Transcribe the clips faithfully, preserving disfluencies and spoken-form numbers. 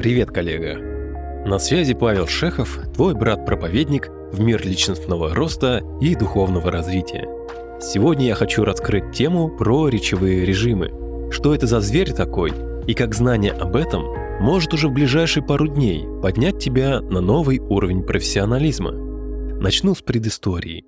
Привет, коллега! На связи Павел Шехов, твой брат-проповедник в мир личностного роста и духовного развития. Сегодня я хочу раскрыть тему про речевые режимы. Что это за зверь такой, и как знание об этом может уже в ближайшие пару дней поднять тебя на новый уровень профессионализма. Начну с предыстории.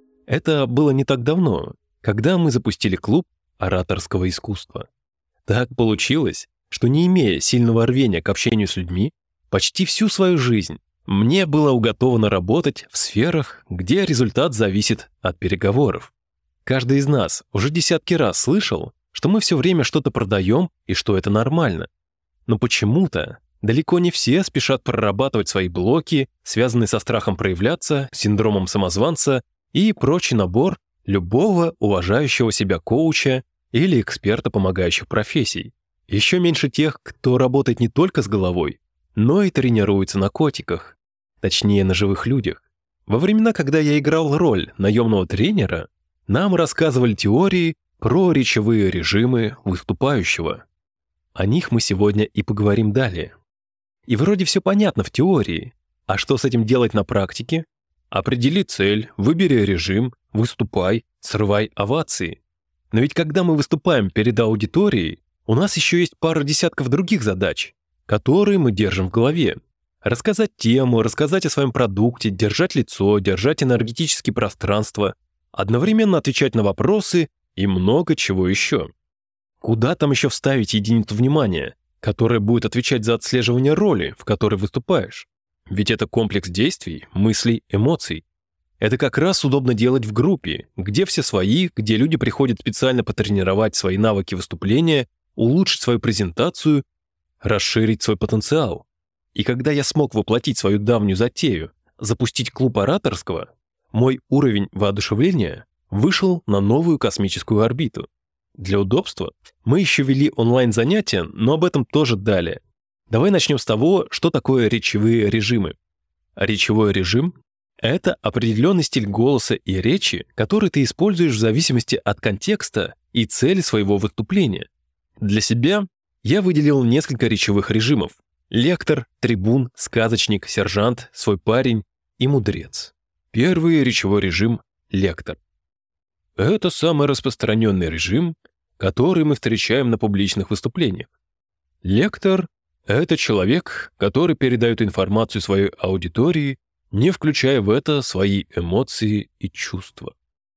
Это было не так давно, когда мы запустили клуб ораторского искусства. Так получилось, что не имея сильного рвения к общению с людьми, почти всю свою жизнь мне было уготовано работать в сферах, где результат зависит от переговоров. Каждый из нас уже десятки раз слышал, что мы все время что-то продаем и что это нормально. Но почему-то далеко не все спешат прорабатывать свои блоки, связанные со страхом проявляться, синдромом самозванца и прочий набор любого уважающего себя коуча или эксперта помогающих профессий. Еще меньше тех, кто работает не только с головой, но и тренируется на котиках, точнее на живых людях. Во времена, когда я играл роль наемного тренера, нам рассказывали теории про речевые режимы выступающего. О них мы сегодня и поговорим далее. И вроде все понятно в теории, а что с этим делать на практике? Определи цель, выбери режим, выступай, срывай овации. Но ведь когда мы выступаем перед аудиторией, у нас еще есть пара десятков других задач, которые мы держим в голове. Рассказать тему, рассказать о своем продукте, держать лицо, держать энергетические пространства, одновременно отвечать на вопросы и много чего еще. Куда там еще вставить единицу внимания, которая будет отвечать за отслеживание роли, в которой выступаешь? Ведь это комплекс действий, мыслей, эмоций. Это как раз удобно делать в группе, где все свои, где люди приходят специально потренировать свои навыки выступления, улучшить свою презентацию, расширить свой потенциал. И когда я смог воплотить свою давнюю затею, запустить клуб ораторского, мой уровень воодушевления вышел на новую космическую орбиту. Для удобства мы еще вели онлайн-занятия, но об этом тоже далее. Давай начнем с того, что такое речевые режимы. Речевой режим — это определенный стиль голоса и речи, который ты используешь в зависимости от контекста и цели своего выступления. Для себя я выделил несколько речевых режимов: лектор, трибун, сказочник, сержант, свой парень и мудрец. Первый речевой режим — лектор. Это самый распространенный режим, который мы встречаем на публичных выступлениях. Лектор — это человек, который передает информацию своей аудитории, не включая в это свои эмоции и чувства.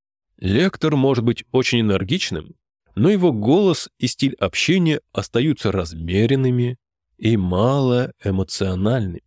Лектор может быть очень энергичным, но его голос и стиль общения остаются размеренными и малоэмоциональными.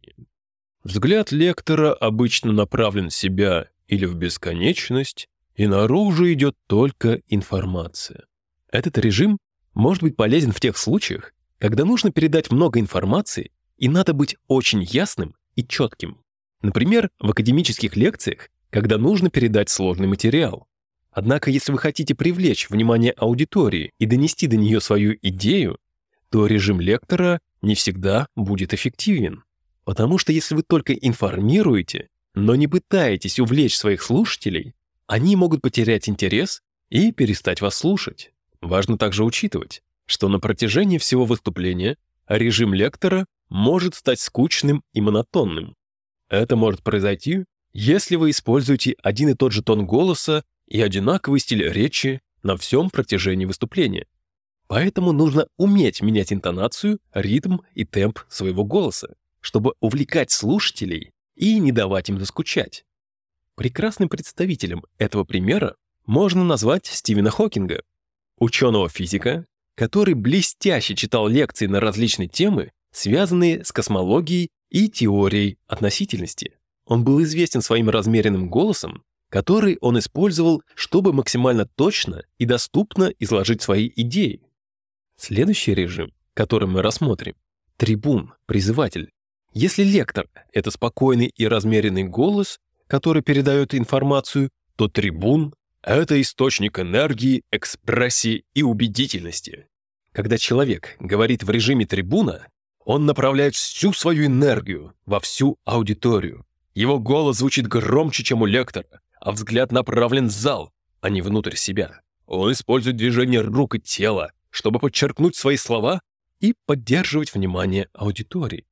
Взгляд лектора обычно направлен в себя или в бесконечность, и наружу идет только информация. Этот режим может быть полезен в тех случаях, когда нужно передать много информации и надо быть очень ясным и четким. Например, в академических лекциях, когда нужно передать сложный материал. Однако, если вы хотите привлечь внимание аудитории и донести до нее свою идею, то режим лектора не всегда будет эффективен. Потому что если вы только информируете, но не пытаетесь увлечь своих слушателей, они могут потерять интерес и перестать вас слушать. Важно также учитывать, что на протяжении всего выступления режим лектора может стать скучным и монотонным. Это может произойти, если вы используете один и тот же тон голоса и одинаковый стиль речи на всем протяжении выступления. Поэтому нужно уметь менять интонацию, ритм и темп своего голоса, чтобы увлекать слушателей и не давать им заскучать. Прекрасным представителем этого примера можно назвать Стивена Хокинга, ученого-физика, который блестяще читал лекции на различные темы, связанные с космологией и теорией относительности. Он был известен своим размеренным голосом, который он использовал, чтобы максимально точно и доступно изложить свои идеи. Следующий режим, который мы рассмотрим — трибун, призыватель. Если лектор — это спокойный и размеренный голос, который передает информацию, то трибун — это источник энергии, экспрессии и убедительности. Когда человек говорит в режиме трибуна, он направляет всю свою энергию во всю аудиторию. Его голос звучит громче, чем у лектора, а взгляд направлен в зал, а не внутрь себя. Он использует движение рук и тела, чтобы подчеркнуть свои слова и поддерживать внимание аудитории.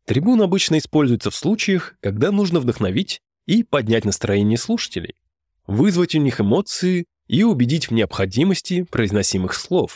Трибун обычно используется в случаях, когда нужно вдохновить и поднять настроение слушателей, вызвать у них эмоции и убедить в необходимости произносимых слов.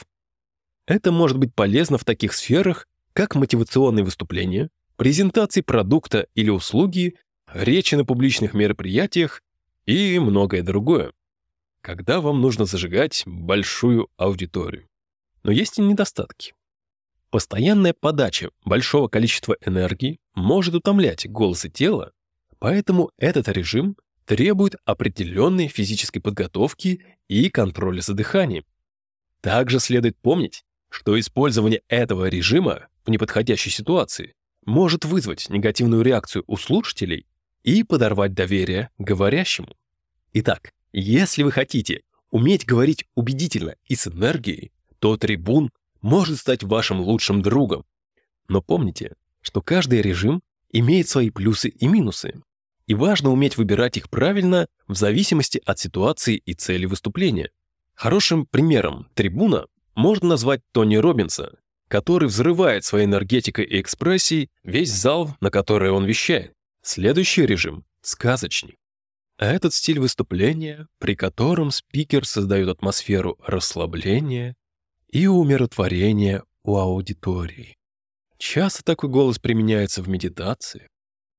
Это может быть полезно в таких сферах, как мотивационные выступления, презентации продукта или услуги, речи на публичных мероприятиях и многое другое, когда вам нужно зажигать большую аудиторию. Но есть и недостатки. Постоянная подача большого количества энергии может утомлять голос и тело, поэтому этот режим требует определенной физической подготовки и контроля за дыханием. Также следует помнить, что использование этого режима в неподходящей ситуации может вызвать негативную реакцию у слушателей и подорвать доверие к говорящему. Итак, если вы хотите уметь говорить убедительно и с энергией, то трибун может стать вашим лучшим другом. Но помните, что каждый режим имеет свои плюсы и минусы, и важно уметь выбирать их правильно в зависимости от ситуации и цели выступления. Хорошим примером трибуна можно назвать Тони Роббинса, который взрывает своей энергетикой и экспрессией весь зал, на который он вещает. Следующий режим — сказочник. Этот стиль выступления, при котором спикер создает атмосферу расслабления и умиротворения у аудитории. Часто такой голос применяется в медитации.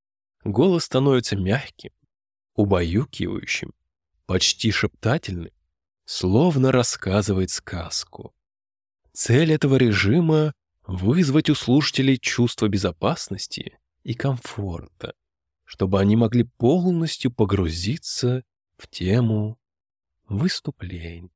Голос становится мягким, убаюкивающим, почти шептательным, словно рассказывает сказку. Цель этого режима — вызвать у слушателей чувство безопасности и комфорта, чтобы они могли полностью погрузиться в тему выступлений.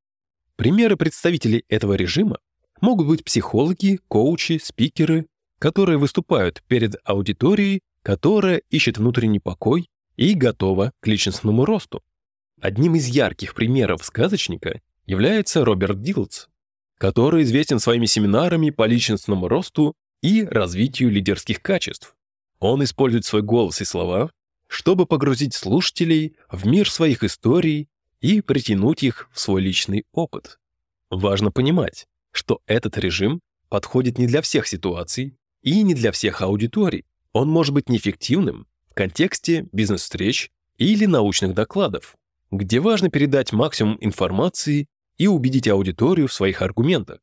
Примеры представителей этого режима могут быть психологи, коучи, спикеры, которые выступают перед аудиторией, которая ищет внутренний покой и готова к личностному росту. Одним из ярких примеров сказочника является Роберт Дилдс, который известен своими семинарами по личностному росту и развитию лидерских качеств. Он использует свой голос и слова, чтобы погрузить слушателей в мир своих историй и притянуть их в свой личный опыт. Важно понимать, что этот режим подходит не для всех ситуаций и не для всех аудиторий. Он может быть неэффективным в контексте бизнес-встреч или научных докладов, где важно передать максимум информации и убедить аудиторию в своих аргументах.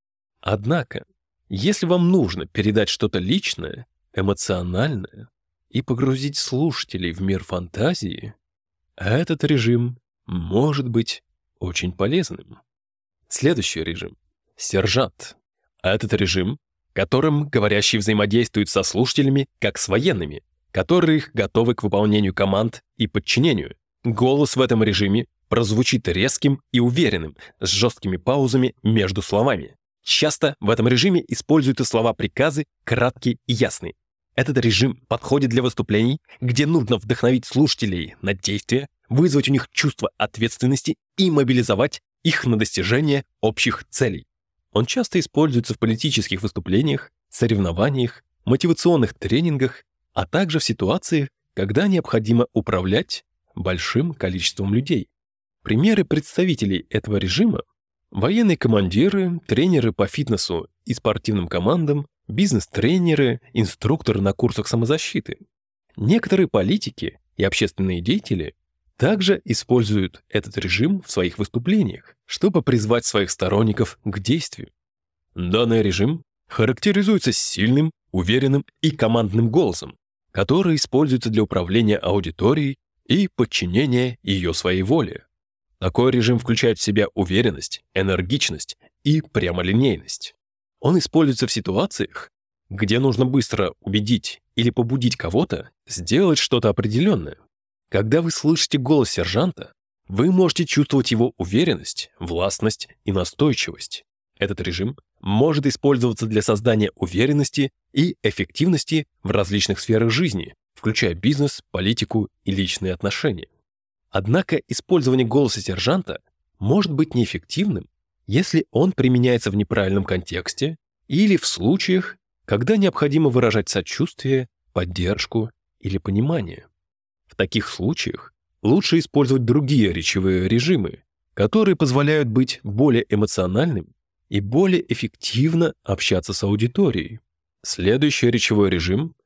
Однако, если вам нужно передать что-то личное, эмоциональное и погрузить слушателей в мир фантазии, этот режим может быть очень полезным. Следующий режим — сержант. Этот режим, которым говорящий взаимодействует со слушателями как с военными, которые готовы к выполнению команд и подчинению. Голос в этом режиме прозвучит резким и уверенным, с жесткими паузами между словами. Часто в этом режиме используются слова-приказы, краткие и ясные. Этот режим подходит для выступлений, где нужно вдохновить слушателей на действия, вызвать у них чувство ответственности и мобилизовать их на достижение общих целей. Он часто используется в политических выступлениях, соревнованиях, мотивационных тренингах, а также в ситуациях, когда необходимо управлять большим количеством людей. Примеры представителей этого режима — военные командиры, тренеры по фитнесу и спортивным командам, бизнес-тренеры, инструкторы на курсах самозащиты. Некоторые политики и общественные деятели также используют этот режим в своих выступлениях, чтобы призвать своих сторонников к действию. Данный режим характеризуется сильным, уверенным и командным голосом, который используется для управления аудиторией и подчинения ее своей воле. Такой режим включает в себя уверенность, энергичность и прямолинейность. Он используется в ситуациях, где нужно быстро убедить или побудить кого-то сделать что-то определенное. Когда вы слышите голос сержанта, вы можете чувствовать его уверенность, властность и настойчивость. Этот режим может использоваться для создания уверенности и эффективности в различных сферах жизни, включая бизнес, политику и личные отношения. Однако использование голоса сержанта может быть неэффективным, если он применяется в неправильном контексте или в случаях, когда необходимо выражать сочувствие, поддержку или понимание. В таких случаях лучше использовать другие речевые режимы, которые позволяют быть более эмоциональным и более эффективно общаться с аудиторией. Следующий речевой режим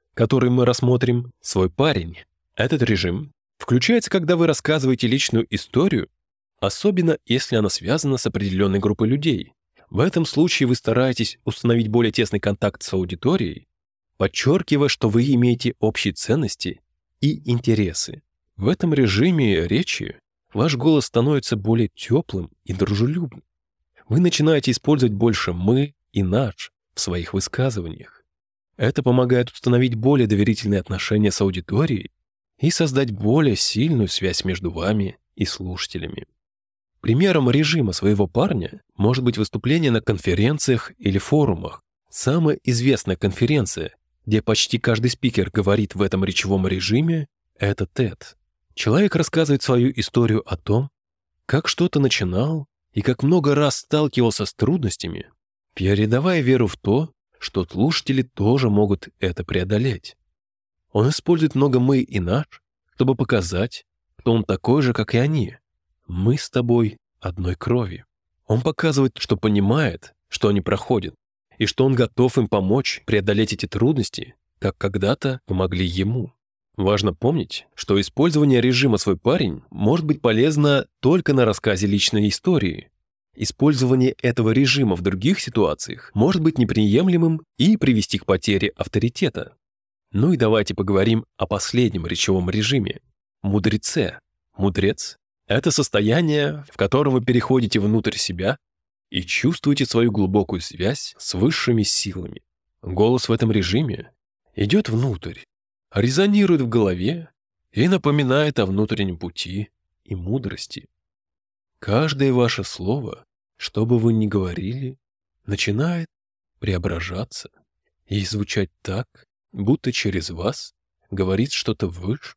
который мы рассмотрим, свой парень. Этот режим включается, когда вы рассказываете личную историю, особенно если она связана с определенной группой людей. В этом случае вы стараетесь установить более тесный контакт с аудиторией, подчеркивая, что вы имеете общие ценности и интересы. В этом режиме речи ваш голос становится более теплым и дружелюбным. Вы начинаете использовать больше «мы» и «наш» в своих высказываниях. Это помогает установить более доверительные отношения с аудиторией и создать более сильную связь между вами и слушателями. Примером режима своего парня может быть выступление на конференциях или форумах. Самая известная конференция, где почти каждый спикер говорит в этом речевом режиме, это тед. Человек рассказывает свою историю о том, как что-то начинал и как много раз сталкивался с трудностями, передавая веру в то, что слушатели тоже могут это преодолеть. Он использует много «мы» и «наш», чтобы показать, что он такой же, как и они. Мы с тобой одной крови. Он показывает, что понимает, что они проходят, и что он готов им помочь преодолеть эти трудности, как когда-то помогли ему. Важно помнить, что использование режима «свой парень» может быть полезно только на рассказе личной истории. Использование этого режима в других ситуациях может быть неприемлемым и привести к потере авторитета. Ну и давайте поговорим о последнем речевом режиме – мудреце. Мудрец – это состояние, в котором вы переходите внутрь себя и чувствуете свою глубокую связь с высшими силами. Голос в этом режиме идет внутрь, резонирует в голове и напоминает о внутреннем пути и мудрости. Каждое ваше слово, что бы вы ни говорили, начинает преображаться и звучать так, будто через вас говорит что-то выше,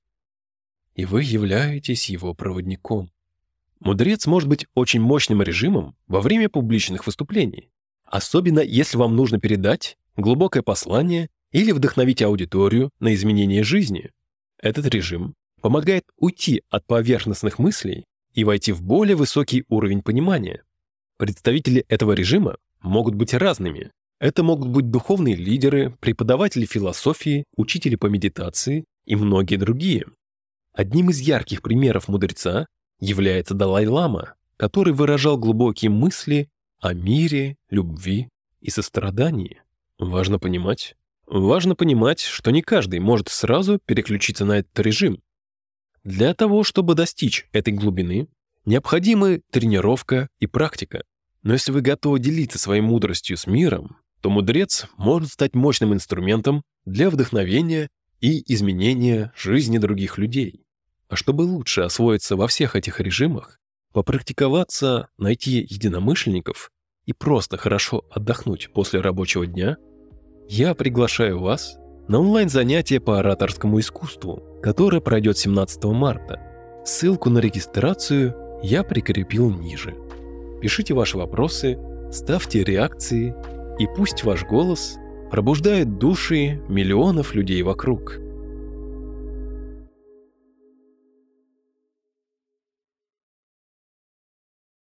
и вы являетесь его проводником. Мудрец может быть очень мощным режимом во время публичных выступлений, особенно если вам нужно передать глубокое послание или вдохновить аудиторию на изменение жизни. Этот режим помогает уйти от поверхностных мыслей и войти в более высокий уровень понимания. Представители этого режима могут быть разными. Это могут быть духовные лидеры, преподаватели философии, учители по медитации и многие другие. Одним из ярких примеров мудреца является Далай-лама, который выражал глубокие мысли о мире, любви и сострадании. Важно понимать, важно понимать, что не каждый может сразу переключиться на этот режим. Для того, чтобы достичь этой глубины, необходимы тренировка и практика. Но если вы готовы делиться своей мудростью с миром, то мудрец может стать мощным инструментом для вдохновения и изменения жизни других людей. А чтобы лучше освоиться во всех этих режимах, попрактиковаться, найти единомышленников и просто хорошо отдохнуть после рабочего дня, я приглашаю вас на онлайн-занятие по ораторскому искусству, которое пройдет семнадцатого марта. Ссылку на регистрацию я прикрепил ниже. Пишите ваши вопросы, ставьте реакции, и пусть ваш голос пробуждает души миллионов людей вокруг.